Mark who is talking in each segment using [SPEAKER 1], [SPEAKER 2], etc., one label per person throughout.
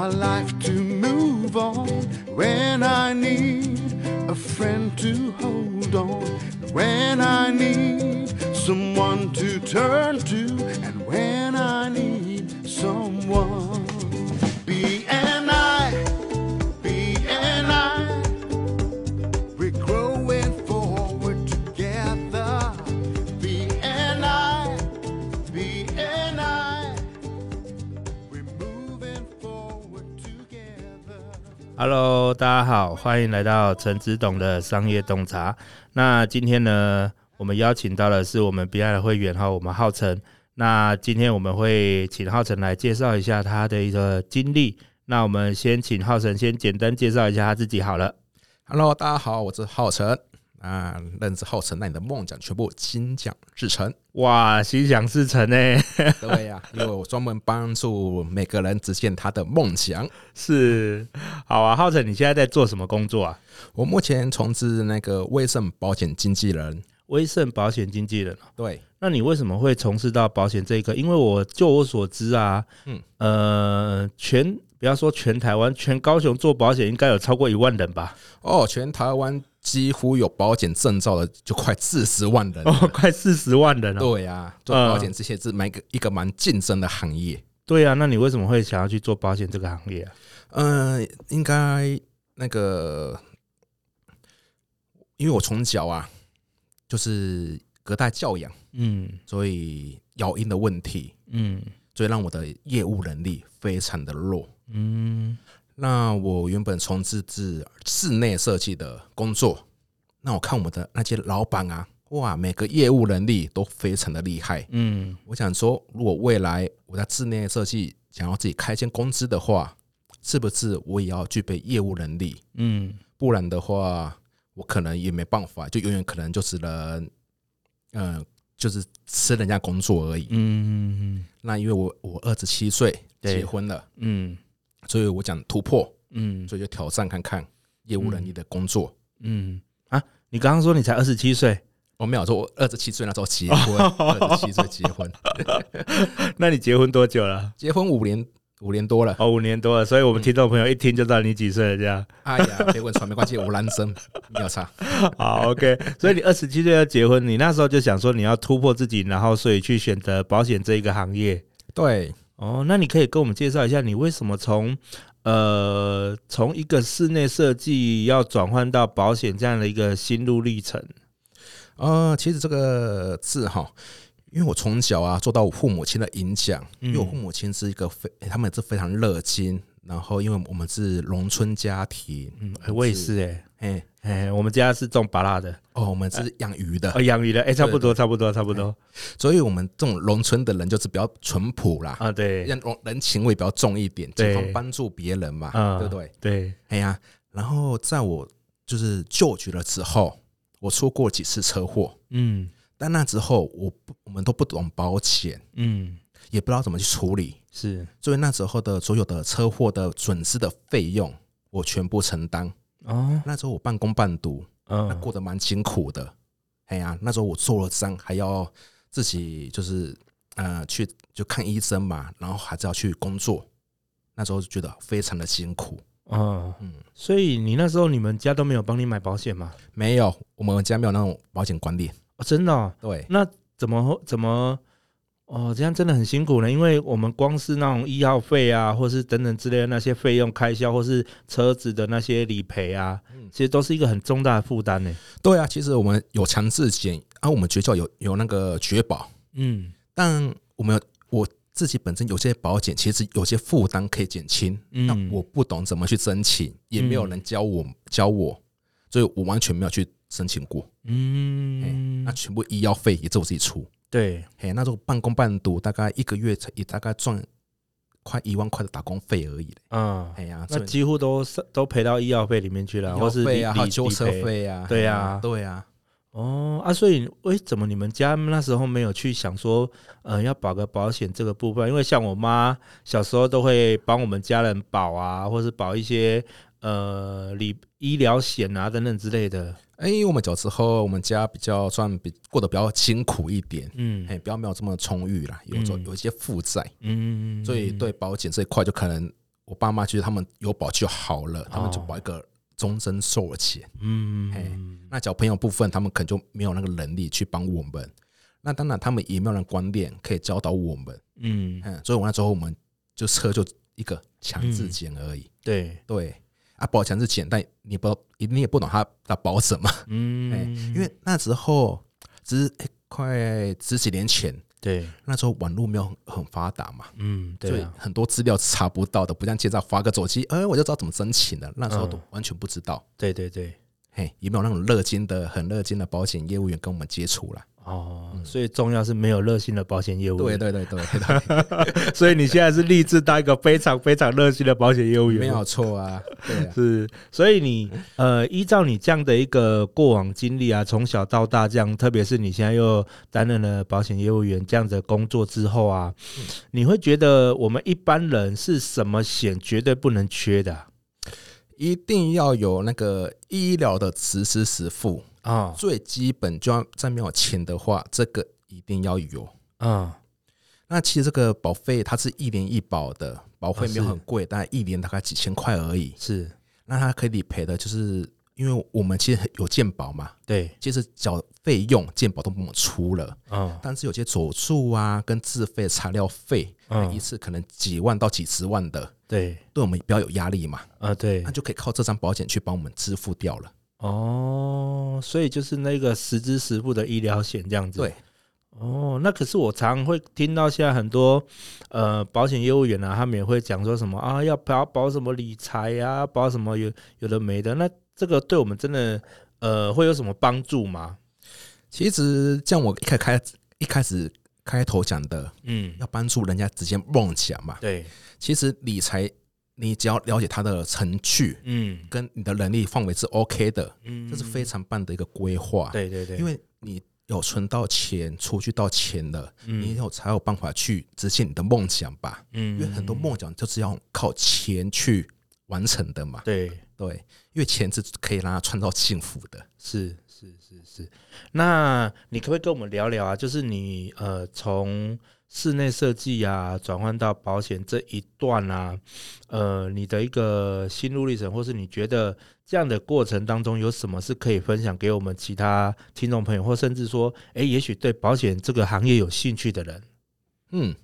[SPEAKER 1] my life to move on. When I need a friend to hold on. When I need someone to turn to. And when I need someone. B and I, B and I, we're growing forward together. B and I, B and I, we're moving forward together.
[SPEAKER 2] Hello， 大家好，欢迎来到陈子董的商业洞察。那今天呢，我们邀请到的是我们 BI 的会员我们浩辰。那今天我们会请浩辰来介绍一下他的一个经历。那我们先请浩辰先简单介绍一下他自己好了。
[SPEAKER 3] Hello， 大家好，我是浩辰。认识浩辰，那你的梦想全部心想事成。
[SPEAKER 2] 哇，心想事成耶！
[SPEAKER 3] 对呀，因为我专门帮助每个人实现他的梦想。
[SPEAKER 2] 是，好啊，浩辰，你现在在做什么工作啊？
[SPEAKER 3] 我目前从事那个威盛保险经纪人。
[SPEAKER 2] 威盛保险经纪人，
[SPEAKER 3] 对。
[SPEAKER 2] 那你为什么会从事到保险这一个？因为就我所知啊，不要说全台湾，全高雄做保险应该有超过1万人吧？
[SPEAKER 3] 哦，全台湾几乎有保险证照的就快40万人
[SPEAKER 2] 哦，快40万人了。
[SPEAKER 3] 对啊，做保险这些是一个蛮竞争的行业。
[SPEAKER 2] 对啊，那你为什么会想要去做保险这个行业啊？
[SPEAKER 3] 应该那个，因为我从小啊，就是隔代教养，所以咬音的问题，所以让我的业务能力非常的弱。那我原本从事室内设计的工作，那我看我们的那些老板啊，哇，每个业务能力都非常的厉害。我想说，如果未来我在室内设计想要自己开一间公司的话，是不是我也要具备业务能力？不然的话，我可能也没办法，就永远可能就只能，就是吃人家工作而已。那因为我27岁结婚了，所以我讲突破，所以就挑战看看业务能力的工作。
[SPEAKER 2] 你刚刚说你才27岁？
[SPEAKER 3] 我没有说，我27岁那时候结婚，27岁结婚。
[SPEAKER 2] 那你结婚多久了？
[SPEAKER 3] 结婚5年多了。
[SPEAKER 2] 哦，5年多了，所以我们听众朋友一听就知道你几岁了，这样。
[SPEAKER 3] 哎呀，别问穿没关系，我男生没有差。
[SPEAKER 2] 好 ，OK。所以你27岁要结婚，你那时候就想说你要突破自己，然后所以去选择保险这一个行业。
[SPEAKER 3] 对。
[SPEAKER 2] 哦，那你可以跟我们介绍一下，你为什么从一个室内设计要转换到保险这样的一个心路历程？
[SPEAKER 3] 其实这个字哈，因为我从小啊受到我父母亲的影响，因为我父母亲是他们是非常热心，然后因为我们是农村家庭，
[SPEAKER 2] 我也是我们家是种芭乐的。
[SPEAKER 3] 哦，我们是养鱼的。
[SPEAKER 2] 养鱼的，差不多。
[SPEAKER 3] 所以我们这种农村的人就是比较淳朴啦，
[SPEAKER 2] 对，
[SPEAKER 3] 人情味比较重一点，喜欢帮助别人嘛，对不对？
[SPEAKER 2] 对，
[SPEAKER 3] 然后在我就是就职了之后，我出过几次车祸，但那之后我们都不懂保险，也不知道怎么去处理，
[SPEAKER 2] 是，所
[SPEAKER 3] 以那时候的所有的车祸的损失的费用，我全部承担。那时候我半工半读，那过得蛮辛苦的。那时候我受了伤，还要自己就是去就看医生嘛，然后还是要去工作。那时候就觉得非常的辛苦。
[SPEAKER 2] 所以你那时候你们家都没有帮你买保险吗？
[SPEAKER 3] 没有，我们家没有那种保险管理。
[SPEAKER 2] 真的哦？
[SPEAKER 3] 对。
[SPEAKER 2] 那怎么这样真的很辛苦呢？因为我们光是那种医药费啊，或是等等之类的那些费用开销，或是车子的那些理赔啊，其实都是一个很重大的负担呢。
[SPEAKER 3] 对啊，其实我们有强制险，我们学校有那个学保，但我自己本身有些保险，其实有些负担可以减轻，那我不懂怎么去申请，也没有人教我，所以我完全没有去申请过。那全部医药费也是我自己出。
[SPEAKER 2] 对，
[SPEAKER 3] 那时候半工半读，大概1个月也大概赚快1万块的打工费而已。
[SPEAKER 2] 那几乎都赔到医药费里面去了，或是
[SPEAKER 3] 还有修车费啊。
[SPEAKER 2] 对啊。所以怎么你们家那时候没有去想说要保个保险这个部分？因为像我妈小时候都会帮我们家人保啊，或是保一些医疗险啊等等之类的。
[SPEAKER 3] 因为我们小时候我们家过得比较辛苦一点，比较没有这么充裕啦，有一些负债，所以对保险这一块就可能我爸妈觉得他们有保就好了，他们就保一个终身寿的钱。那小朋友部分他们可能就没有那个能力去帮我们，那当然他们也没有那个观念可以教导我们。所以我那时候我们就车就一个强制险而已。
[SPEAKER 2] 对
[SPEAKER 3] 保强制险，但你也不懂他保什么。因为那时候快10几年前，
[SPEAKER 2] 对，
[SPEAKER 3] 那时候网络没有很发达嘛，
[SPEAKER 2] 对，
[SPEAKER 3] 所以很多资料查不到的，不像现在发个手机，我就知道怎么申请了。那时候都完全不知道。
[SPEAKER 2] 对，
[SPEAKER 3] 也没有那种很热心的保险业务员跟我们接触了。
[SPEAKER 2] 所以重要是没有热心的保险业务员。
[SPEAKER 3] 对。
[SPEAKER 2] 所以你现在是立志当一个非常非常热心的保险业务员，
[SPEAKER 3] 没有错啊。对啊，
[SPEAKER 2] 是。所以你依照你这样的一个过往经历啊，从小到大这样，特别是你现在又担任了保险业务员这样的工作之后啊，你会觉得我们一般人是什么险绝对不能缺的啊？
[SPEAKER 3] 一定要有那个医疗的实支实付。最基本就要再没有钱的话，这个一定要有。那其实这个保费它是1年1保的，保费没有很贵，大概1年大概几千块而已。
[SPEAKER 2] 是，
[SPEAKER 3] 那它可以理赔的，就是因为我们其实有健保嘛，
[SPEAKER 2] 对，
[SPEAKER 3] 其实缴费用健保都帮我们出了。但是有些手术啊跟自费材料费，一次可能几万到几十万的，对我们比较有压力嘛。对，那就可以靠这张保险去帮我们支付掉了。
[SPEAKER 2] 所以就是那个实支实付的医疗险这样子。
[SPEAKER 3] 对。
[SPEAKER 2] 那可是我常会听到现在很多保险业务员啊，他们也会讲说什么啊，要保什么理财啊，保什么有的没的。那这个对我们真的会有什么帮助吗？
[SPEAKER 3] 其实像我一开始开头讲的，要帮助人家直接梦想嘛。对，其实理财你只要了解它的程序，跟你的能力范围是 OK 的，这是非常棒的一个规划。对，因为你有存到钱、储蓄到钱了，你才有办法去实现你的梦想吧。因为很多梦想就是要靠钱去完成的嘛。对，因为钱是可以让他创造幸福的。是。那你可不可以跟我们聊聊啊？就是你从室内设计啊转换到保险这一段啊，你的一个心路历程，或是你觉得这样的过程当中有什么是可以分享给我们其他听众朋友，或甚至说也许对保险这个行业有兴趣的人？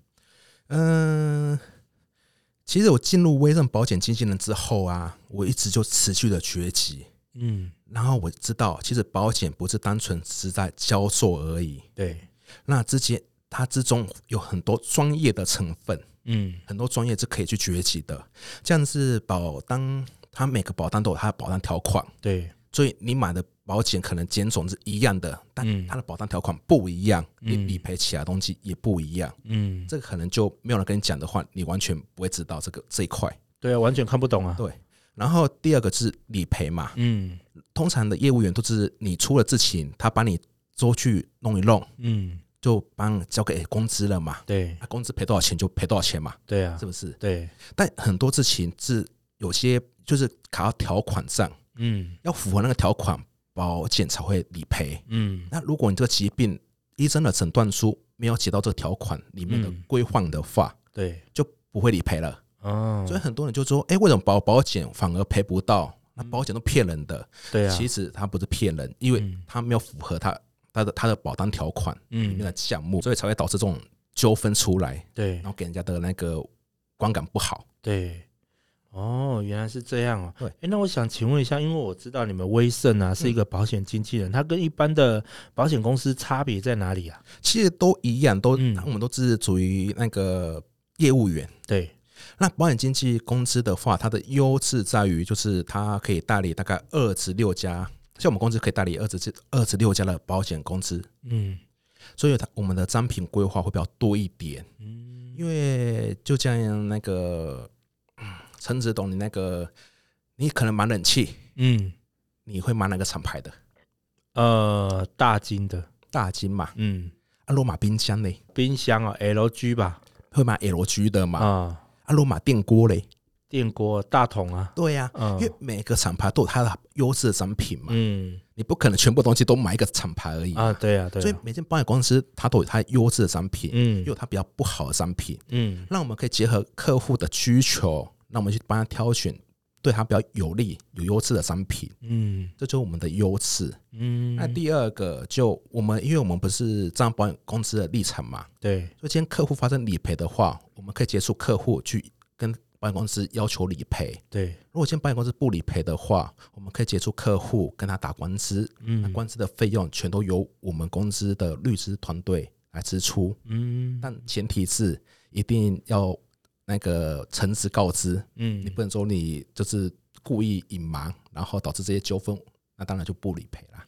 [SPEAKER 3] 其实我进入威盛保险经纪人之后啊，我一直就持续的学习。然后我知道其实保险不是单纯只在销售而已。对，那它之中有很多专业的成分，很多专业是可以去学习的。这样是保单，它每个保单都有它的保单条款。对，所以你买的保险可能险种是一样的，但它的保单条款不一样，你理赔其他东西也不一样。这个可能就没有人跟你讲的话，你完全不会知道这一块。对啊，完全看不懂啊。对。然后第二个是理赔嘛，通常的业务员都是你出了事情，他把你周去弄一弄，就帮交给公司了嘛。对，公司赔多少钱就赔多少钱嘛。对啊，是不是？对。但很多事情是有些就是卡到条款上，要符合那个条款，保险才会理赔。那如果你这个疾病医生的诊断书没有写到这个条款里面的规范的话，对，就不会理赔了。所以很多人就说，为什么保险反而赔不到？那保险都骗人的。对啊，其实它不是骗人，因为它没有符合它的保单条款里面的项目，所以才会导致这种纠纷出来。对，然后给人家的那个观感不好。对，原来是这样哦。对，那我想请问一下，因为我知道你们威盛啊是一个保险经纪人，它跟一般的保险公司差别在哪里啊？其实都一样，我们都是属于那个业务员。对。那保险经纪公司的话，它的优势在于就是它可以代理大概26家，像我们公司可以代理26家的保险公司。所以我们的商品规划会比较多一点。因为就像那个陈子董，你可能买冷气，你会买哪个厂牌的？大金的。大金嘛。罗马冰箱呢？冰箱啊 ，LG 吧。会买 LG 的嘛？罗马电锅嘞，电锅大桶啊。对啊，因为每个厂牌都有它的优势的商品嘛。你不可能全部东西都买一个厂牌而已啊。对啊，所以每间保险公司它都有它优质的商品，也有它比较不好的商品。那我们可以结合客户的需求， 那我们去帮他挑选对他比较有利、有优质的商品，这就是我们的优势。那第二个就因为我们不是站在保险公司的立场嘛，
[SPEAKER 2] 对，
[SPEAKER 3] 所以今天客户发生理赔的话，我们可以接触客户去跟保险公司要求理赔。
[SPEAKER 2] 对，
[SPEAKER 3] 如果今天保险公司不理赔的话，我们可以接触客户跟他打官司，那官司的费用全都由我们公司的律师团队来支出。但前提是一定要那个诚实告知，你不能说你就是故意隐瞒，然后导致这些纠纷，那当然就不理赔了。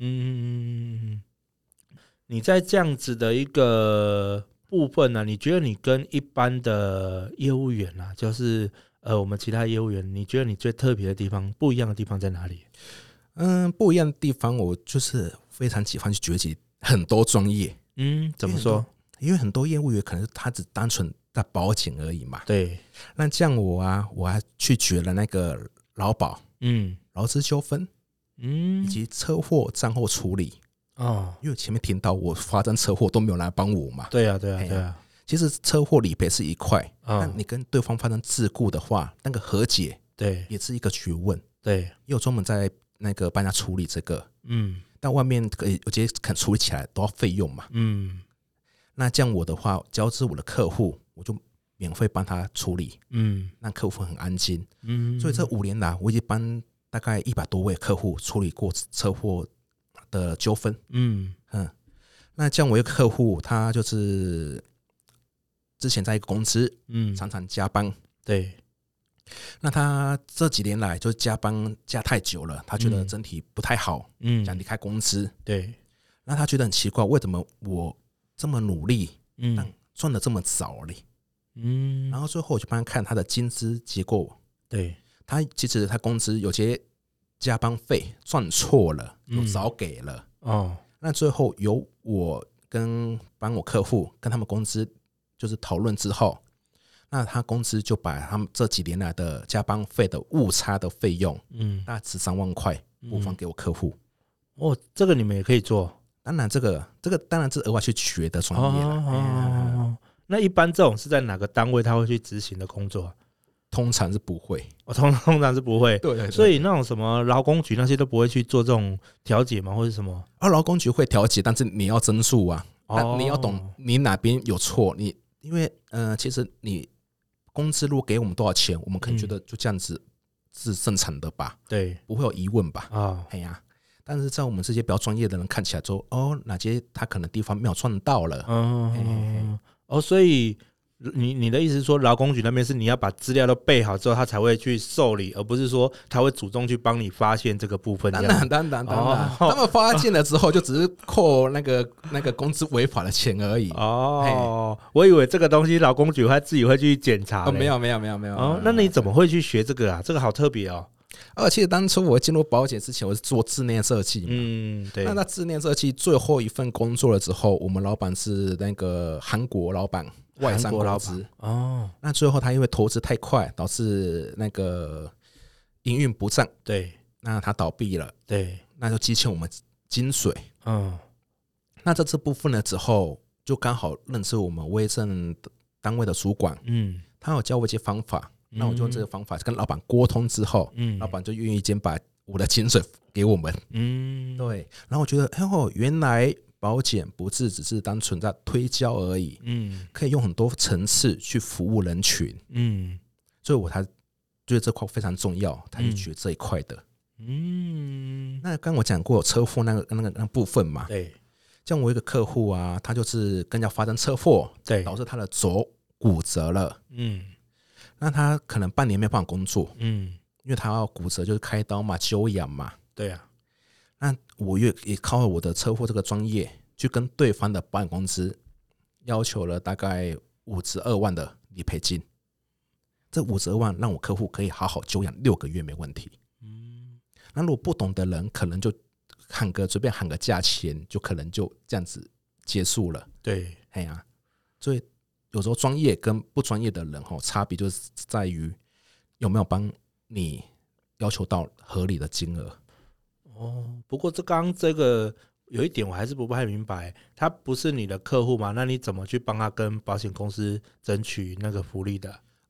[SPEAKER 2] 你在这样子的一个部分呢，你觉得你跟一般的业务员啊，就是我们其他业务员，你觉得你最特别的地方、不一样的地方在哪里？
[SPEAKER 3] 不一样的地方，我就是非常喜欢去崛起很多专业。
[SPEAKER 2] 怎么说？
[SPEAKER 3] 因为很多业务员可能他只单纯在保险而已嘛。
[SPEAKER 2] 对。
[SPEAKER 3] 那像我还去学了那个劳保，劳资纠纷，以及车祸战后处理。因为前面听到我发生车祸都没有人来帮我嘛。
[SPEAKER 2] 对啊。
[SPEAKER 3] 其实车祸理赔是一块，那你跟对方发生事故的话，那个和解，对，也是一个学问。对，也有专门在那个帮他处理这个。但外面有些肯处理起来都要费用嘛。那这样我的话，交织我的客户，我就免费帮他处理。让客户很安心。所以这5年来，我已经帮大概100多位客户处理过车祸的纠纷。那这样我一个客户，他就是之前在一个公司，常常加班。对。那他这几年来就加班加太久了，他觉得身体不太好，想离开公司。对。那他觉得很奇怪，为什么我这么努力，但赚的这么少嘞？然后最后我就帮他看他的薪资结构。对。他其实他公司有些加班费算错了，有少给了。那最后由我帮我客户跟他们公司就是讨论之后，那他公司就把他们这几年来的加班费的误差的费用，大概13万块补放给我客户。
[SPEAKER 2] 这个你们也可以做？
[SPEAKER 3] 当然这个当然是额外去学的专业了。
[SPEAKER 2] 那一般这种是在哪个单位他会去执行的工作？
[SPEAKER 3] 通常是不会。
[SPEAKER 2] 通常是不会。
[SPEAKER 3] 对。
[SPEAKER 2] 所以那种什么劳工局那些都不会去做这种调解吗？或者什么？
[SPEAKER 3] 劳工局会调解，但是你要申诉啊。你要懂你哪边有错。因为其实你公司如果给我们多少钱，我们可能觉得就这样子是正常的吧。对。不会有疑问吧。但是在我们这些比较专业的人看起来说，哪些他可能地方没有赚到了。
[SPEAKER 2] 所以你的意思是说，劳工局那边是你要把资料都备好之后，他才会去受理，而不是说他会主动去帮你发现这个部分。当然，
[SPEAKER 3] 他们发现了之后，就只是扣那个公司违法的钱而已。
[SPEAKER 2] 我以为这个东西劳工局他自己会去检查。
[SPEAKER 3] 没有。
[SPEAKER 2] 那你怎么会去学这个啊？这个好特别哦。
[SPEAKER 3] 其实当初我进入保险之前，我是做字面设计嘛。对。那字面设计最后一份工作了之后，我们老板是那个韩国老板，外商公司。那最后他因为投资太快，导致那个营运不善。对。那他倒闭了。对。那就积欠我们金水。那这部分了之后，就刚好认识我们威震单位的主管。他有教我一些方法。那我就用这个方法跟老板沟通之后，老板就愿意先把我的薪水给我们。对。然后我觉得，原来保险不是只是单纯在推销而已，可以用很多层次去服务人群。所以我才觉得这块非常重要，才去学这一块的。那刚我讲过车祸那部分嘛。对。像我一个客户啊，他就是跟人家发生车祸，对，导致他的肘骨折了。那他可能半年没有办法工作。因为他要骨折就是开刀嘛，休养嘛。对啊。那我也靠我的车祸这个专业去跟对方的保险公司要求了大概52万的理赔金。这52万让我客户可以好好休养6个月没问题。那如果不懂的人可能就随便喊个价钱，就可能就这样子结束了。对。所以有时候专业跟不专业的人差别就是在于有没有帮你要求到合理的金额。
[SPEAKER 2] 不过刚刚这个有一点我还是不太明白，他不是你的客户吗？那你怎么去帮他跟保险公司争取那个福利的？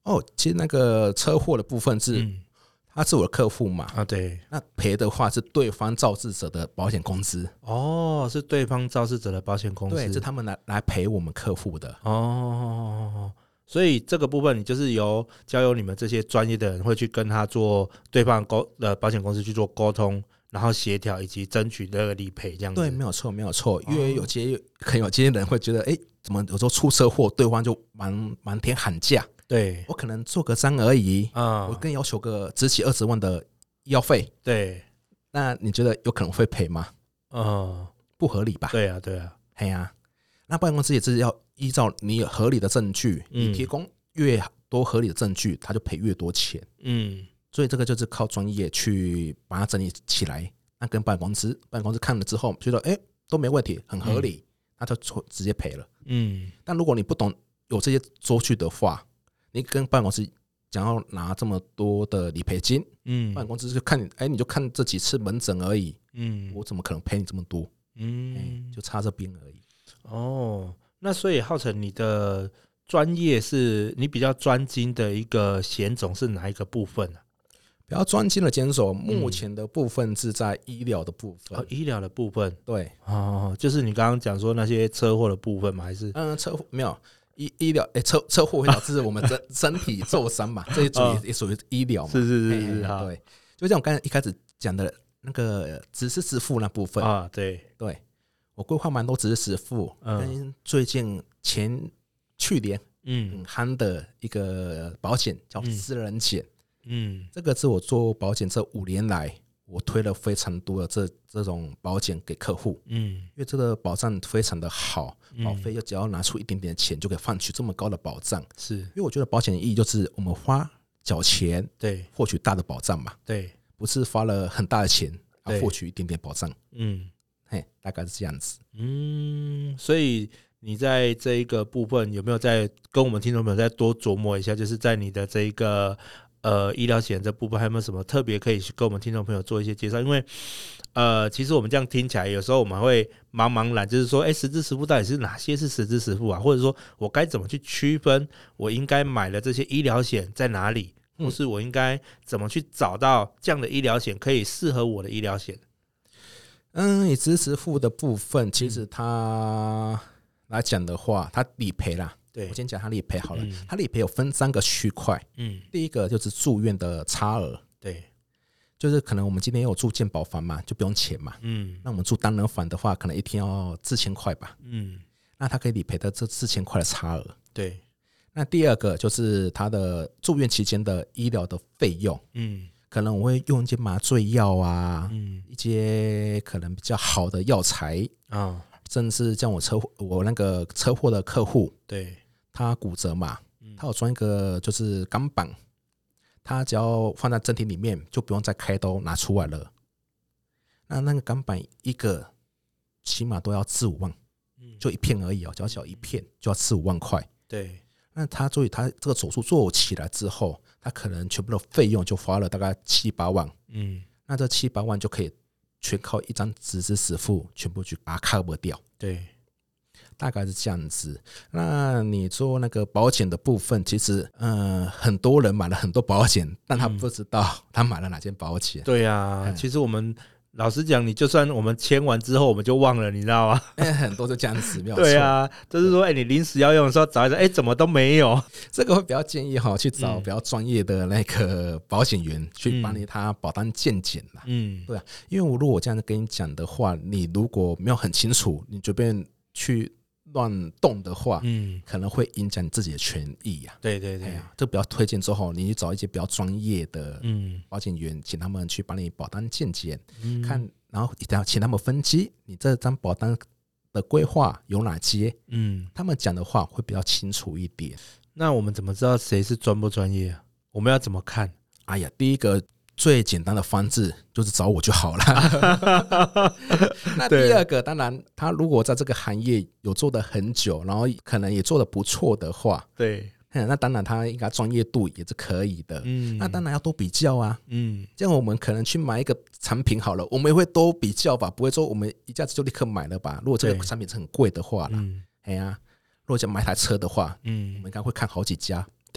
[SPEAKER 3] 其实那个车祸的部分是，他是我的客户嘛，
[SPEAKER 2] 对，
[SPEAKER 3] 那赔的话是对方肇事者的保险公司。
[SPEAKER 2] 是对方肇事者的保险公司，
[SPEAKER 3] 对，是他们来赔我们客户的。
[SPEAKER 2] 所以这个部分你就是交由你们这些专业的人会去跟他做对方的保险公司去做沟通，然后协调以及争取那个理赔这样子。
[SPEAKER 3] 对，没有错，没有错。因为可能有些人会觉得，怎么有时候出车祸，对方就满天喊价。
[SPEAKER 2] 对，
[SPEAKER 3] 我可能做个章而已，我更要求个只起20万的医药费。
[SPEAKER 2] 对，
[SPEAKER 3] 那你觉得有可能会赔吗？不合理吧？
[SPEAKER 2] 对啊，
[SPEAKER 3] 嘿啊，那保险公司也是要依照你有合理的证据，你提供越多合理的证据，他就赔越多钱。所以这个就是靠专业去把它整理起来。那跟保险公司看了之后，觉得都没问题，很合理，那就直接赔了。但如果你不懂有这些收据的话，你跟保险公司想要拿这么多的理赔金，保险公司就看你就看这几次门诊而已，我怎么可能赔你这么多？就差这边而已。
[SPEAKER 2] 那所以浩成，你的专业是你比较专精的一个险种是哪一个部分啊？
[SPEAKER 3] 比较专精的险种，目前的部分是在医疗的部分。
[SPEAKER 2] 医疗的部分，
[SPEAKER 3] 对，
[SPEAKER 2] 就是你刚刚讲说那些车祸的部分吗？还是
[SPEAKER 3] 车祸没有？医疗车祸会导致我们身体受伤嘛，这一组也属于医疗嘛。
[SPEAKER 2] 是，
[SPEAKER 3] 对，就像我刚才一开始讲的那个只是实付那部分
[SPEAKER 2] 对，
[SPEAKER 3] 我规划蛮多只是实付，跟最近去年很夯的一个保险叫私人险。这个是我做保险这5年来，我推了非常多的这种保险给客户。因为这个保障非常的好，保费又只要拿出一点点钱就可以换取这么高的保障。
[SPEAKER 2] 是
[SPEAKER 3] 因为我觉得保险的意义就是我们缴钱，对，获取大的保障嘛。对，不是花了很大的钱获取一点点保障。大概是这样子。
[SPEAKER 2] 所以你在这一个部分有没有再跟我们听众朋友再多琢磨一下，就是在你的这一个医疗险这部分还有没有什么特别可以跟我们听众朋友做一些介绍？因为其实我们这样听起来有时候我们会茫然，就是说实支实付到底是哪些是实支实付啊，或者说我该怎么去区分我应该买的这些医疗险在哪里，或是我应该怎么去找到这样的医疗险可以适合我的医疗险？
[SPEAKER 3] 以实支实付的部分，其实它来讲的话，它理赔啦。对，我先讲它理赔好了。它理赔有分3个区块。第一个就是住院的差额。对，就是可能我们今天有住健保房嘛，就不用钱嘛。那我们住单人房的话，可能一天要4000块吧。那它可以理赔的这4000块的差额。对。那第二个就是它的住院期间的医疗的费用。可能我会用一些麻醉药啊，一些可能比较好的药材甚至像我那个车祸的客户，对，他骨折嘛，他有装一个就是钢板，他只要放在身体里面就不用再开刀拿出来了。那个钢板一个起码都要4-5万，就一片而已只要一片就要4-5万块。对，那所以他这个手术做起来之后，他可能全部的费用就花了大概7-8万。那这7-8万就可以全靠一张实支实付全部去把它 cover 掉。对，大概是这样子。那你做那个保险的部分，其实很多人买了很多保险，但他不知道他买了哪间保险。
[SPEAKER 2] 对啊，其实我们老实讲，你就算我们签完之后我们就忘了，你知道吗？
[SPEAKER 3] 很多就这样子，没有错。
[SPEAKER 2] 对啊，就是说你临时要用的时候找一找，怎么都没有。
[SPEAKER 3] 这个会比较建议去找比较专业的那个保险员去帮你他保单健检啦。对啊，因为如果我这样跟你讲的话，你如果没有很清楚，你随便去乱动的话，可能会影响你自己的权益呀。对，这比较推荐之后，你去找一些比较专业的保险员，请他们去帮你保单健检，看，然后请他们分析你这张保单的规划有哪些，他们讲的话会比较清楚一点。
[SPEAKER 2] 那我们怎么知道谁是专不专业啊？我们要怎么看？
[SPEAKER 3] 哎呀，第一个最简单的方式就是找我就好了。那第二个，当然他如果在这个行业有做得很久，然后可能也做得不错的话，对，那当然他应该专业度也是可以的。那当然要多比较啊。这样我们可能去买一个产品好了，我们也会多比较吧，不会说我们一下子就立刻买了吧。如果这个产品是很贵的话啦，如果想买台车的话，我们应该会看好几家。对，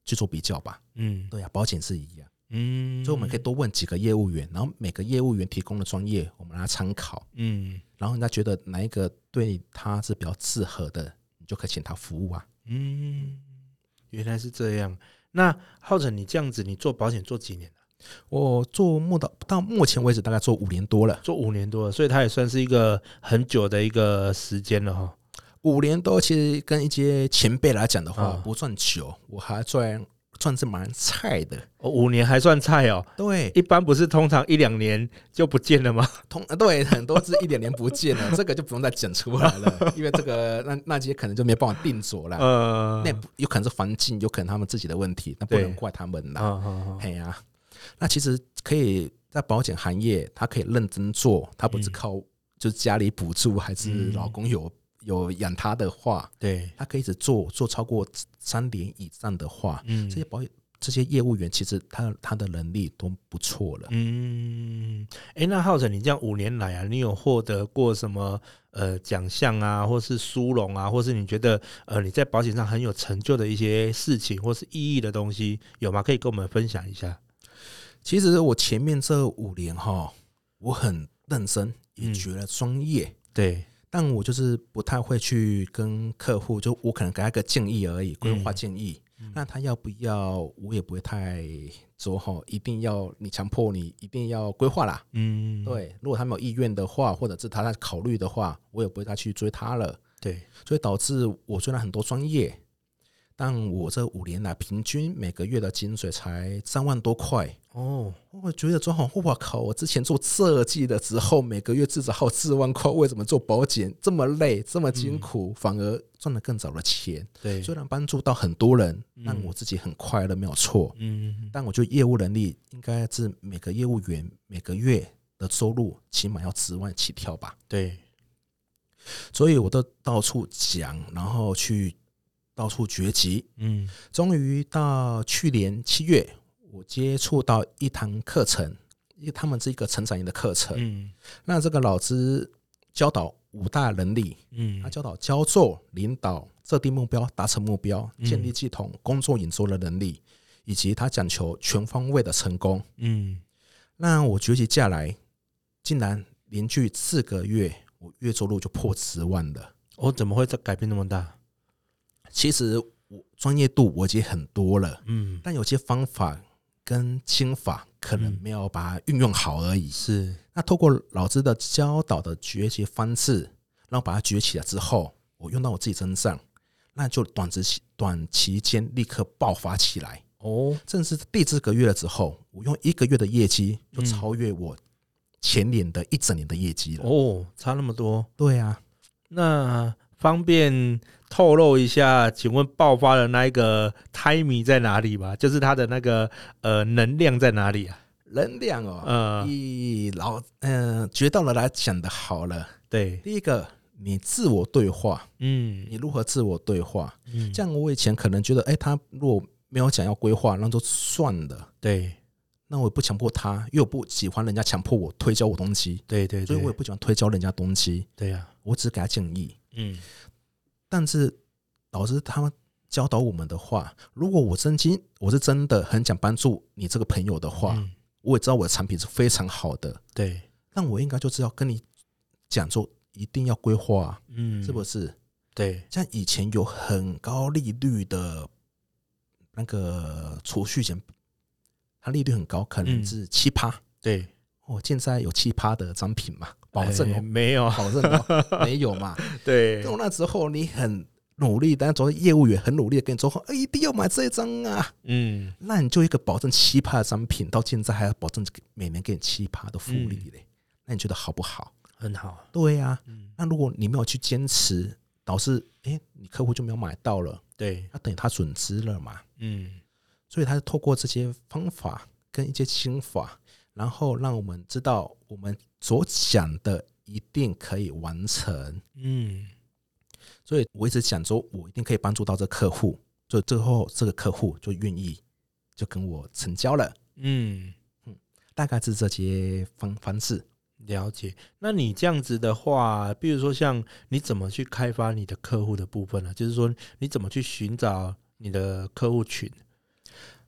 [SPEAKER 3] 去做比较吧。对啊，保险是一样。所以我们可以多问几个业务员，然后每个业务员提供的专业我们让他参考。然后人家觉得哪一个对他是比较适合的，你就可以请他服务啊。
[SPEAKER 2] 原来是这样。那浩成，你这样子，你做保险做几年了？
[SPEAKER 3] 我做到目前为止大概做5年多了。
[SPEAKER 2] 做5年多了，所以它也算是一个很久的一个时间了哈。
[SPEAKER 3] 5年多其实跟一些前辈来讲的话，不算久，我还算是蛮菜的。
[SPEAKER 2] 5年还算菜哦？
[SPEAKER 3] 对，
[SPEAKER 2] 一般不是通常1-2年就不见了吗？
[SPEAKER 3] 对，很多是1-2年不见了，这个就不用再讲出来了，因为这个那些可能就没办法定着了。那有可能是环境，有可能他们自己的问题，那不能怪他们啦。嘿呀，那其实可以在保险行业，他可以认真做，他不是靠就是家里补助，还是老公有养他的话，
[SPEAKER 2] 对，
[SPEAKER 3] 他可以一直做超过3年以上的话，这些业务员其实他的能力都不错了。
[SPEAKER 2] 那浩成，你这样5年来啊，你有获得过什么奖项啊，或是殊荣啊，或是你觉得你在保险上很有成就的一些事情或是意义的东西有吗？可以跟我们分享一下。
[SPEAKER 3] 其实我前面这5年我很认真，也觉得专业，
[SPEAKER 2] 对，
[SPEAKER 3] 但我就是不太会去跟客户，就我可能给他一个建议而已，规划建议。那他要不要，我也不会太说一定要你强迫你一定要规划啦。对，如果他没有意愿的话，或者是他在考虑的话，我也不会再去追他了。
[SPEAKER 2] 对，
[SPEAKER 3] 所以导致我虽然很多专业，但我这5年来平均每个月的薪水才3万多块。我觉得说哇靠，我之前做设计的时候每个月至少还有4万块，为什么做保险这么累这么辛苦，反而赚了更少的钱？
[SPEAKER 2] 对，
[SPEAKER 3] 虽然帮助到很多人，让我自己很快乐没有错。但我觉得业务能力应该是每个业务员每个月的收入起码要10万起跳吧。
[SPEAKER 2] 对，
[SPEAKER 3] 所以我都到处讲，然后去到处掘集。终于到去年7月，我接触到一堂课程，因为他们是一个成长营的课程。那这个老师教导5大能力。他教导交作、领导、设定目标、达成目标、建立系统、工作营收的能力，以及他讲求全方位的成功。那我学习下来，竟然连续4个月，我月收入就破10万了。
[SPEAKER 2] 怎么会改变那么大？
[SPEAKER 3] 其实我专业度我已经很多了，但有些方法跟心法可能没有把它运用好而已。
[SPEAKER 2] 是，
[SPEAKER 3] 那透过老师的教导的学习方式，然后把它学起来之后，我用到我自己身上，那就短期间立刻爆发起来。正是第4个月了之后，我用1个月的业绩就超越我前年的1整年的业绩了。
[SPEAKER 2] 差那么多？
[SPEAKER 3] 对啊。
[SPEAKER 2] 那方便透露一下，请问爆发的那一个 timing 在哪里吗？就是它的那个能量在哪里啊？
[SPEAKER 3] 能量以学到了来讲的好了。
[SPEAKER 2] 对，
[SPEAKER 3] 第一个，你自我对话。你如何自我对话？这样我以前可能觉得，他如果没有讲要规划，那就算了。
[SPEAKER 2] 对，
[SPEAKER 3] 那我也不强迫他，因为我不喜欢人家强迫我推销我东西。
[SPEAKER 2] 对，
[SPEAKER 3] 所以我也不喜欢推销人家东西。
[SPEAKER 2] 对呀，
[SPEAKER 3] 我只是给他建议。但是老师他们教导我们的话，如果我是真的很想帮助你这个朋友的话，我也知道我的产品是非常好的。
[SPEAKER 2] 对，
[SPEAKER 3] 但我应该就是要跟你讲说，一定要规划，是不是？
[SPEAKER 2] 对，
[SPEAKER 3] 像以前有很高利率的那个储蓄险，它利率很高，可能是7%。
[SPEAKER 2] 对，
[SPEAKER 3] 现在有7%的商品嘛？保证
[SPEAKER 2] 没有，
[SPEAKER 3] 保证没有嘛？
[SPEAKER 2] 对，
[SPEAKER 3] 那时候你很努力，但是业务员很努力的跟你说，一定要买这一张啊。那你就一个保证7%的商品，到现在还要保证每年给你7%的复利嘞。那你觉得好不好？
[SPEAKER 2] 很好。
[SPEAKER 3] 对啊。那如果你没有去坚持，导致你客户就没有买到了，
[SPEAKER 2] 对，
[SPEAKER 3] 那等于他损失了嘛。所以他透过这些方法跟一些心法，然后让我们知道我们所讲的一定可以完成。所以我一直讲说，我一定可以帮助到这个客户，所以最后这个客户就愿意就跟我成交了。大概是这些方式。
[SPEAKER 2] 了解。那你这样子的话，比如说像你怎么去开发你的客户的部分呢？就是说你怎么去寻找你的客户群？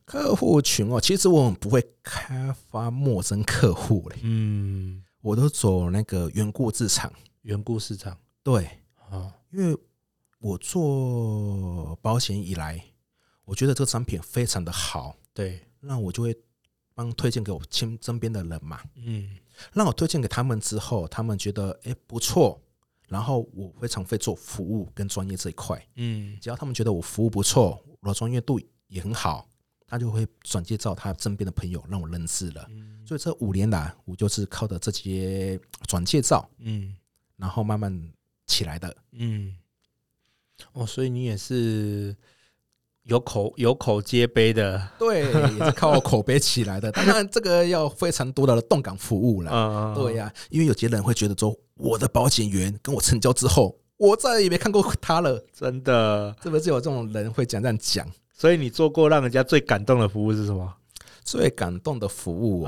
[SPEAKER 3] 客户群哦，其实我们不会开发陌生客户嘞。我都走那个缘故市场。
[SPEAKER 2] 缘故市场，
[SPEAKER 3] 对，因为我做保险以来，我觉得这个产品非常的好，
[SPEAKER 2] 对，
[SPEAKER 3] 那我就会推荐给我身边的人嘛。让我推荐给他们之后，他们觉得不错，然后我非常会做服务跟专业这一块。只要他们觉得我服务不错，我的专业度也很好，他就会转介绍他身边的朋友让我认识了。所以这5年来，我就是靠着这些转介绍，然后慢慢起来的。
[SPEAKER 2] 所以你也是有口皆碑的。
[SPEAKER 3] 对，也是靠口碑起来的。当然这个要非常多的动感服务了。对呀，因为有些人会觉得说，我的保险员跟我成交之后，我再也没看过他了。
[SPEAKER 2] 真的，
[SPEAKER 3] 是不是有这种人会这样讲？
[SPEAKER 2] 所以你做过让人家最感动的服务是什么？
[SPEAKER 3] 最感动的服务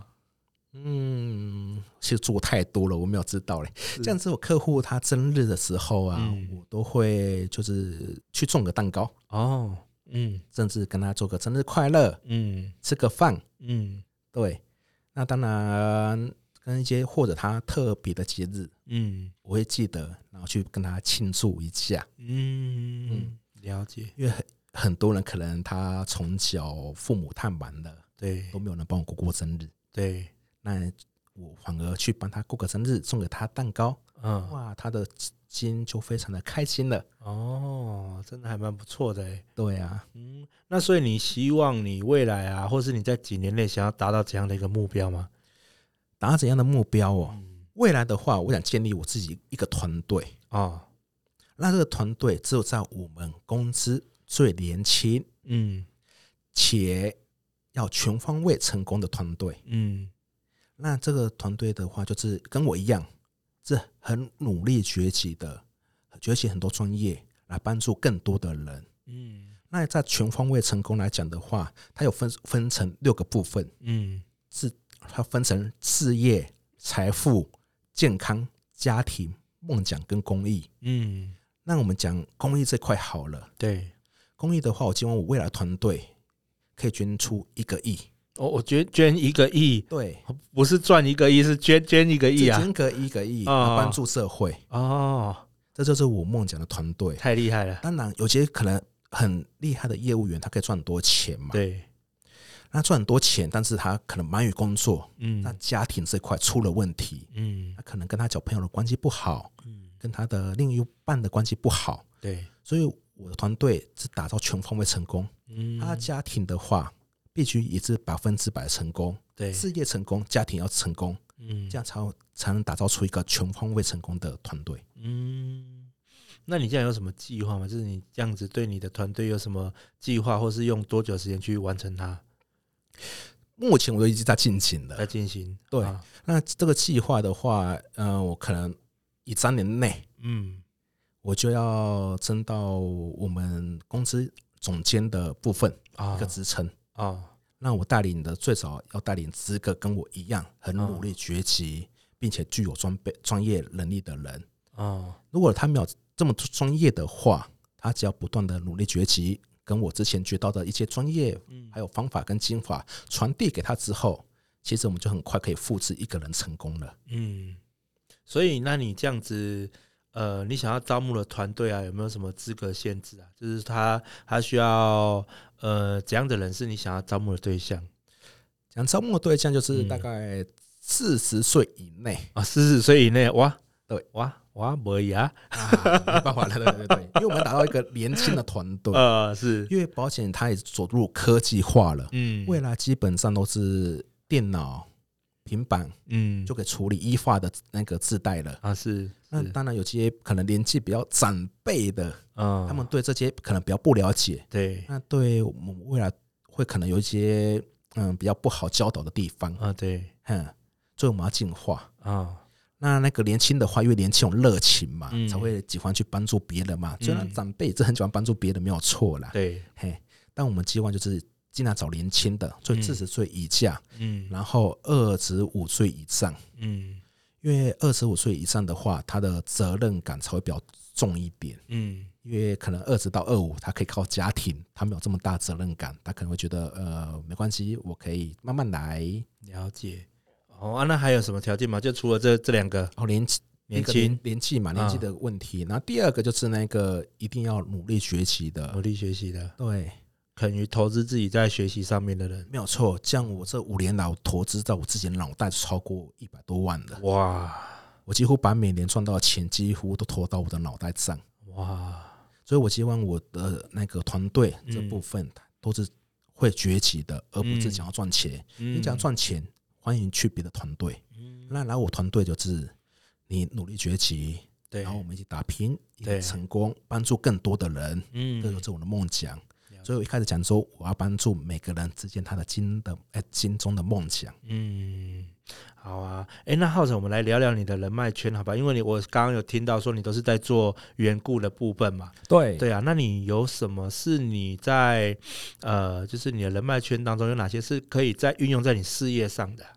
[SPEAKER 3] 其实做太多了，我没有知道嘞。这样子，我客户他生日的时候啊，我都会就是去种个蛋糕甚至跟他做个生日快乐，吃个饭，对。那当然跟一些或者他特别的节日，我会记得，然后去跟他庆祝一下。
[SPEAKER 2] 了解。
[SPEAKER 3] 因为很多人可能他从小父母太忙了，
[SPEAKER 2] 对，
[SPEAKER 3] 都没有人帮我过生日，
[SPEAKER 2] 对。
[SPEAKER 3] 那我反而去帮他过个生日，送给他蛋糕，哇，他的心就非常的开心了。
[SPEAKER 2] 真的还蛮不错的。
[SPEAKER 3] 对啊。
[SPEAKER 2] 那所以你希望你未来啊，或是你在几年内想要达到怎样的一个目标吗？
[SPEAKER 3] 达到怎样的目标未来的话，我想建立我自己一个团队那这个团队只有在我们公司最年轻且要全方位成功的团队。那这个团队的话，就是跟我一样，是很努力学习很多专业，来帮助更多的人。那在全方位成功来讲的话，它有分成6个部分。它分成事业、财富、健康、家庭、梦想跟公益。那我们讲公益这块好了。
[SPEAKER 2] 对，
[SPEAKER 3] 公益的话，我希望我未来团队可以捐出1个亿。
[SPEAKER 2] 我捐1个亿，
[SPEAKER 3] 对，
[SPEAKER 2] 不是赚1个亿，是捐1个亿啊，
[SPEAKER 3] 捐个1个亿，帮助社会。这就是我梦想的团队，
[SPEAKER 2] 太厉害了。
[SPEAKER 3] 当然，有些可能很厉害的业务员，他可以赚很多钱嘛。
[SPEAKER 2] 对，
[SPEAKER 3] 那赚很多钱，但是他可能忙于工作，那家庭这块出了问题，他可能跟他小朋友的关系不好，跟他的另一半的关系不好。
[SPEAKER 2] 对，
[SPEAKER 3] 所以我的团队是打造全方位成功。他家庭的话，必须也是100%成功。对，事业成功，家庭要成功，这样才能打造出一个全方位成功的团队。
[SPEAKER 2] 那你现在有什么计划吗？就是你这样子对你的团队有什么计划，或是用多久时间去完成它？
[SPEAKER 3] 目前我都一直在进行的，
[SPEAKER 2] 在进行。
[SPEAKER 3] 对，那这个计划的话，我可能1、3年内，我就要升到我们公司总监的部分一个职称。那我带领的最少要带领10个跟我一样很努力学习，并且具有专业能力的人。如果他没有这么专业的话，他只要不断的努力学习，跟我之前学到的一些专业还有方法跟精法传递给他之后，其实我们就很快可以复制一个人成功了。
[SPEAKER 2] 所以那你这样子你想要招募的团队啊，有没有什么资格限制啊？就是他需要怎样的人是你想要招募的对象？
[SPEAKER 3] 想招募的对象就是大概40岁以内
[SPEAKER 2] 40岁以内，哇，
[SPEAKER 3] 对，
[SPEAKER 2] 哇，没呀，
[SPEAKER 3] 没办法了，对，因为我们打造一个年轻的团队，
[SPEAKER 2] 是
[SPEAKER 3] 因为保险它也走入科技化了，未来基本上都是电脑、平板，就可以处理依法的那个自带了
[SPEAKER 2] 是。
[SPEAKER 3] 那当然有些可能年纪比较长辈的，他们对这些可能比较不了解，
[SPEAKER 2] 对，
[SPEAKER 3] 那对我们未来会可能有一些比较不好教导的地方
[SPEAKER 2] 对，
[SPEAKER 3] 所以我们要进化那个年轻的话，因为年轻有热情嘛，才会喜欢去帮助别人嘛。虽然长辈也是很喜欢帮助别人，没有错啦。
[SPEAKER 2] 对，
[SPEAKER 3] 但我们希望就是尽量找年轻的，所以40岁以下，然后25岁以上，因为25岁以上的话，他的责任感才会比较重一点，因为可能20到25，他可以靠家庭，他没有这么大责任感，他可能会觉得没关系，我可以慢慢来。
[SPEAKER 2] 了解。那还有什么条件吗？就除了这2个？年
[SPEAKER 3] 纪嘛，年纪的问题。然后第二个就是那个一定要努力学习的，对，
[SPEAKER 2] 肯于投资自己在学习上面的人，
[SPEAKER 3] 没有错。像我这5年来，我投资在我自己的脑袋超过100多万的，
[SPEAKER 2] 哇！
[SPEAKER 3] 我几乎把每年赚到的钱几乎都投到我的脑袋上，哇！所以我希望我的那个团队这部分都是会崛起的，而不是想要赚钱。你想要赚钱，欢迎去别的团队。那来我团队就是你努力崛起，然后我们一起打拼，一起成功，帮助更多的人。这就是我的梦想。所以我一开始讲说，我要帮助每个人之间他的心中的梦想。
[SPEAKER 2] 好啊。那浩成，我们来聊聊你的人脉圈好吧？因为我刚刚有听到说你都是在做缘故的部分嘛。对啊，那你有什么是你在就是你的人脉圈当中有哪些是可以再运用在你事业上的？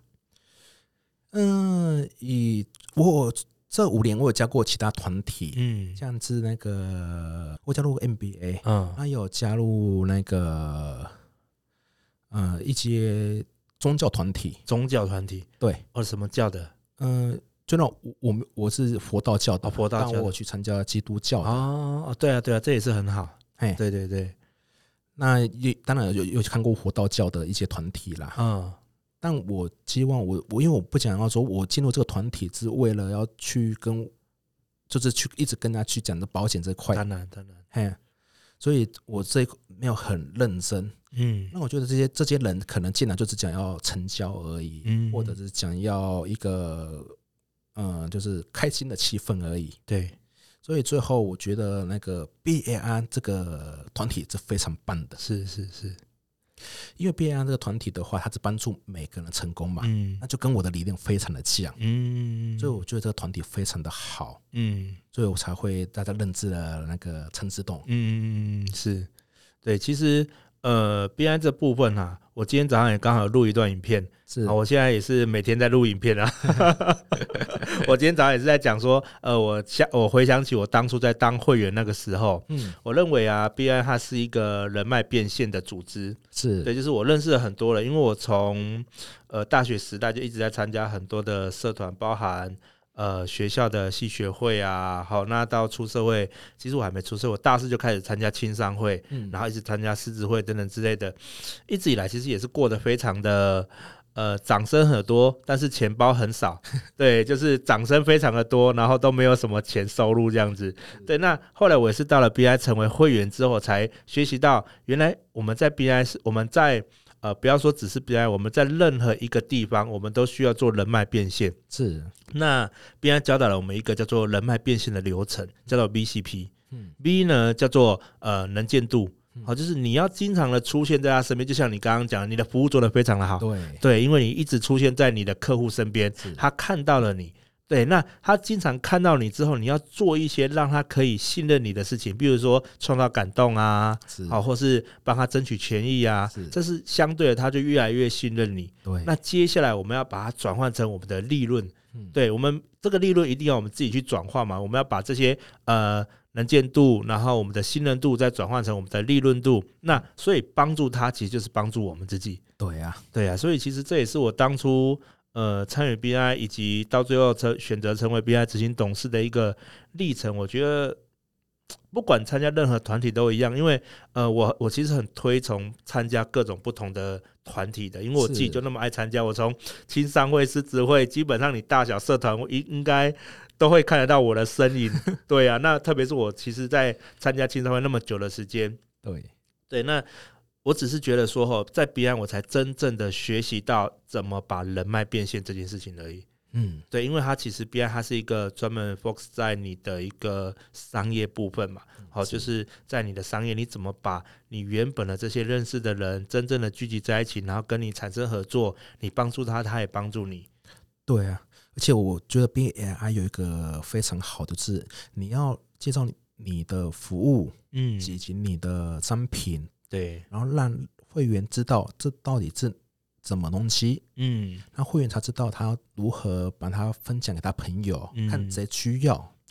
[SPEAKER 3] 我这5年我有加过其他团体，像是那个我加入 MBA， 那有加入那个一些宗教团体，对，
[SPEAKER 2] 什么教的？
[SPEAKER 3] 就那我是佛道教的，但我有去参加基督教的。
[SPEAKER 2] 对啊，这也是很好。对，
[SPEAKER 3] 那当然有看过佛道教的一些团体啦。但我希望因为我不想要说我进入这个团体是为了要去就是去一直跟他去讲的保险这块，
[SPEAKER 2] 当然，
[SPEAKER 3] 所以我这没有很认真。那我觉得这些人可能进来就是讲要成交而已，或者是讲要一个就是开心的气氛而已。
[SPEAKER 2] 对，
[SPEAKER 3] 所以最后我觉得那个 BAI 这个团体是非常棒的。
[SPEAKER 2] 是。
[SPEAKER 3] 因为 BAI 这个团体的话，它是帮助每个人成功嘛，那就跟我的理念非常的像，所以我觉得这个团体非常的好，所以我才会大家认知了那个陈之栋。
[SPEAKER 2] 是，对，其实BAI 这部分啊，我今天早上也刚好录一段影片，我现在也是每天在录影片啊。我今天早上也是在讲说，我回想起我当初在当会员那个时候，我认为啊 ，BAI 它是一个人脉变现的组织，对，就是我认识了很多人，因为我从大学时代就一直在参加很多的社团，包含学校的系学会啊，好，那到出社会，其实我还没出社会，我大4就开始参加青商会，然后一直参加狮子会等等之类的，一直以来其实也是过得非常的掌声很多，但是钱包很少。对，就是掌声非常的多，然后都没有什么钱收入这样子。对，那后来我也是到了 BI 成为会员之后，才学习到原来我们在 BI 我们在不要说只是 BI， 我们在任何一个地方，我们都需要做人脉变现。
[SPEAKER 3] 是，
[SPEAKER 2] 那 BI 教导了我们一个叫做人脉变现的流程，叫做 BCP。B 呢叫做能见度。好，就是你要经常的出现在他身边，就像你刚刚讲，你的服务做得非常的好，对，因为你一直出现在你的客户身边，他看到了你，对，那他经常看到你之后，你要做一些让他可以信任你的事情，比如说创造感动啊，好，或是帮他争取权益啊，这是相对的，他就越来越信任你。
[SPEAKER 3] 对，
[SPEAKER 2] 那接下来我们要把它转换成我们的利润，对，我们这个利润一定要我们自己去转换嘛，我们要把这些能见度，然后我们的信任度再转换成我们的利润度，那所以帮助他其实就是帮助我们自己。对啊，所以其实这也是我当初参与 BI 以及到最后选择成为 BI 执行董事的一个历程。我觉得不管参加任何团体都一样，因为我其实很推崇参加各种不同的团体的，因为我自己就那么爱参加。我从青商会、狮子会，基本上你大小社团应该都会看得到我的身影。对啊，那特别是我其实在参加青商会那么久的时间，对，那我只是觉得说在 BI 我才真正的学习到怎么把人脉变现这件事情而已。对，因为它其实 BI 它是一个专门 focus 在你的一个商业部分嘛，好，就是在你的商业，你怎么把你原本的这些认识的人真正的聚集在一起，然后跟你产生合作，你帮助他，他也帮助你。
[SPEAKER 3] 对啊，而且我觉得 BAI 有一个非常好的是，你要介绍你的服务，以及你的商品，
[SPEAKER 2] 对，
[SPEAKER 3] 然后让会员知道这到底是什么东西，那会员才知道他如何把它分享给他朋友，看谁需要，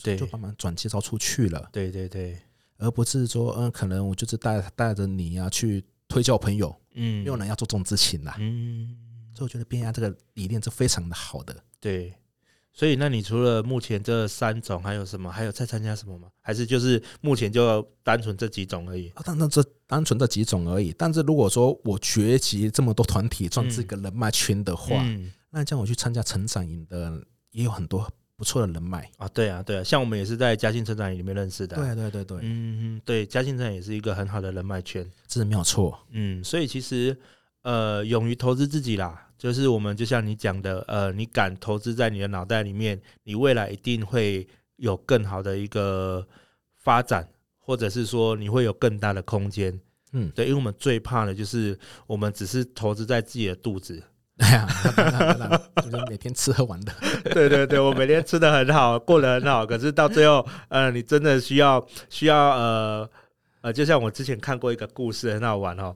[SPEAKER 2] 对，
[SPEAKER 3] 就帮忙转介绍出去了。
[SPEAKER 2] 对对对，
[SPEAKER 3] 而不是说可能我就是带着你啊去推销朋友，没有人要做这种事情啦。所以我觉得BNI这个理念是非常的好的。
[SPEAKER 2] 对。所以，那你除了目前这3种，还有什么？还有再参加什么吗？还是就是目前就单纯这几种而已？
[SPEAKER 3] 单纯这几种而已。但是如果说我学习这么多团体，赚这个人脉圈的话，那这样我去参加成长营的，也有很多不错的人脉
[SPEAKER 2] 啊。对啊，对啊，像我们也是在嘉信成长营里面认识的。
[SPEAKER 3] 对对对对，
[SPEAKER 2] 对，嘉信成长也是一个很好的人脉圈，
[SPEAKER 3] 这是没有错。
[SPEAKER 2] 所以其实勇于投资自己啦。就是我们就像你讲的，你敢投资在你的脑袋里面，你未来一定会有更好的一个发展，或者是说你会有更大的空间。对，因为我们最怕的就是我们只是投资在自己的肚子。
[SPEAKER 3] 对啊，就是每天吃喝玩的。
[SPEAKER 2] 对对对，我每天吃得很好，过得很好，可是到最后，你真的需要就像我之前看过一个故事，很好玩哦，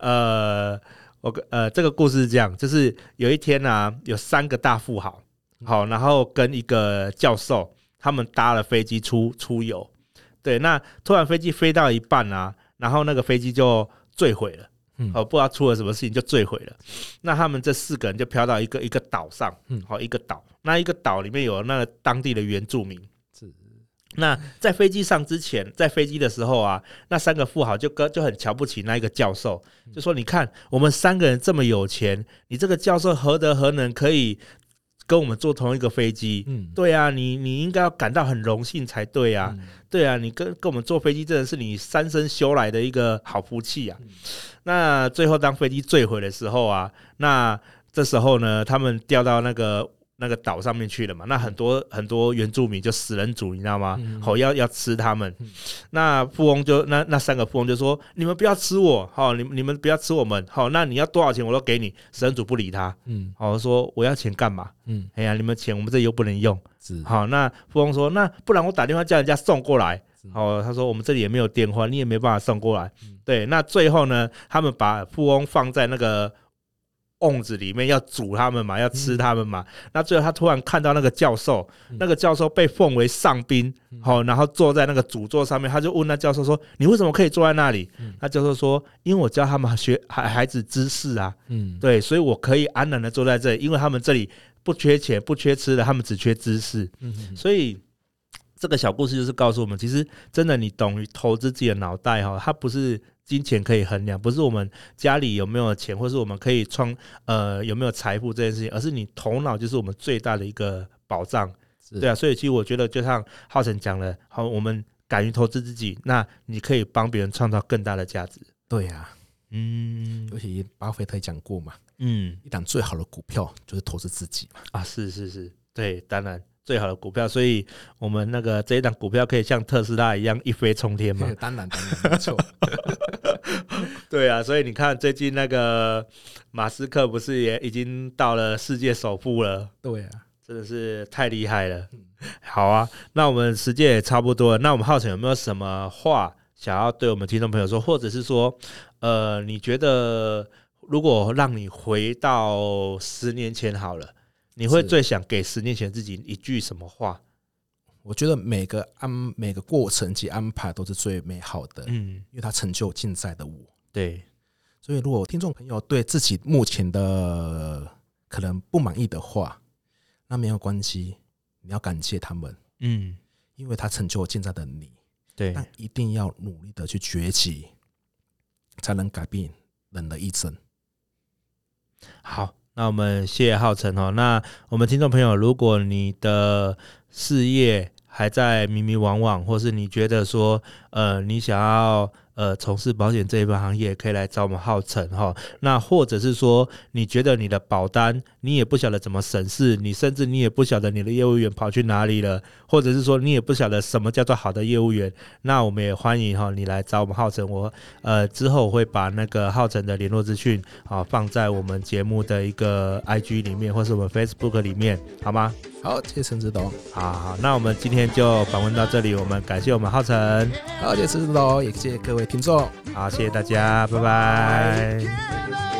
[SPEAKER 2] 这个故事是这样，就是有一天啊，有3个大富豪，好，然后跟一个教授，他们搭了飞机出游，对，那突然飞机飞到一半啊，然后那个飞机就坠毁了，不知道出了什么事情就坠毁了。那他们这4个人就飘到一个岛上，一个岛，那一个岛里面有那个当地的原住民。那在飞机上之前，在飞机的时候啊，那3个富豪就很瞧不起那一个教授，就说：“你看，我们3个人这么有钱，你这个教授何德何能可以跟我们坐同一个飞机？对啊，你应该要感到很荣幸才对啊，对啊，你跟我们坐飞机真的是你3生修来的一个好福气啊。”那最后当飞机坠毁的时候啊，那这时候呢，他们掉到那个岛上面去了嘛，那很多原住民就死人族，你知道吗？要吃他们。那富翁就那3个富翁就说：“你们不要吃我，你们不要吃我们，那你要多少钱我都给你。”死人族不理他，说我要钱干嘛？哎呀，你们钱我们这又不能用。好，那富翁说：“那不然我打电话叫人家送过来。”他说：“我们这里也没有电话，你也没办法送过来。”对，那最后呢，他们把富翁放在那个瓮子里面要煮他们嘛，要吃他们嘛。那最后他突然看到那个教授，那个教授被奉为上宾，然后坐在那个主座上面，他就问那教授说：“你为什么可以坐在那里？”那教授说：“因为我教他们孩子知识啊，对，所以我可以安然的坐在这里，因为他们这里不缺钱不缺吃的，他们只缺知识。”所以这个小故事就是告诉我们，其实真的你懂于投资自己的脑袋，它不是金钱可以衡量，不是我们家里有没有钱，或是我们可以有没有财富这件事情，而是你头脑就是我们最大的一个保障。对啊，所以其实我觉得就像浩成讲了，好，我们敢于投资自己，那你可以帮别人创造更大的价值。
[SPEAKER 3] 对啊，尤其巴菲特讲过嘛，一档最好的股票就是投资自己嘛。
[SPEAKER 2] 啊，是，对，当然。最好的股票，所以我们这一档股票可以像特斯拉一样一飞冲天嘛？
[SPEAKER 3] 当然没错。
[SPEAKER 2] 对啊，所以你看最近那个马斯克不是也已经到了世界首富了？对啊，真的是太厉害了。好啊，那我们时间也差不多了，那我们浩成有没有什么话想要对我们听众朋友说，或者是说你觉得如果让你回到10年前好了，你会最想给10年前自己一句什么话？
[SPEAKER 3] 我觉得每个过程及安排都是最美好的，因为它成就近在的我。
[SPEAKER 2] 对，
[SPEAKER 3] 所以如果听众朋友对自己目前的可能不满意的话，那没有关系，你要感谢他们，因为它成就近在的你。对，但一定要努力的去崛起，才能改变人的一生。
[SPEAKER 2] 好。那我们谢谢浩成哦。那我们听众朋友，如果你的事业还在迷迷惘惘，或是你觉得说你想要从事保险这一份行业，可以来找我们浩成哈。那或者是说你觉得你的保单你也不晓得怎么审视，你甚至你也不晓得你的业务员跑去哪里了，或者是说你也不晓得什么叫做好的业务员，那我们也欢迎你来找我们浩成。我之后会把那个浩成的联络资讯放在我们节目的一个 IG 里面，或是我们 Facebook 里面，好吗？
[SPEAKER 3] 好，谢谢陈指导。
[SPEAKER 2] 好，那我们今天就访问到这里，我们感谢我们浩成。
[SPEAKER 3] 好，谢谢陈指导，也谢谢各位听众。
[SPEAKER 2] 好，谢谢大家，拜拜。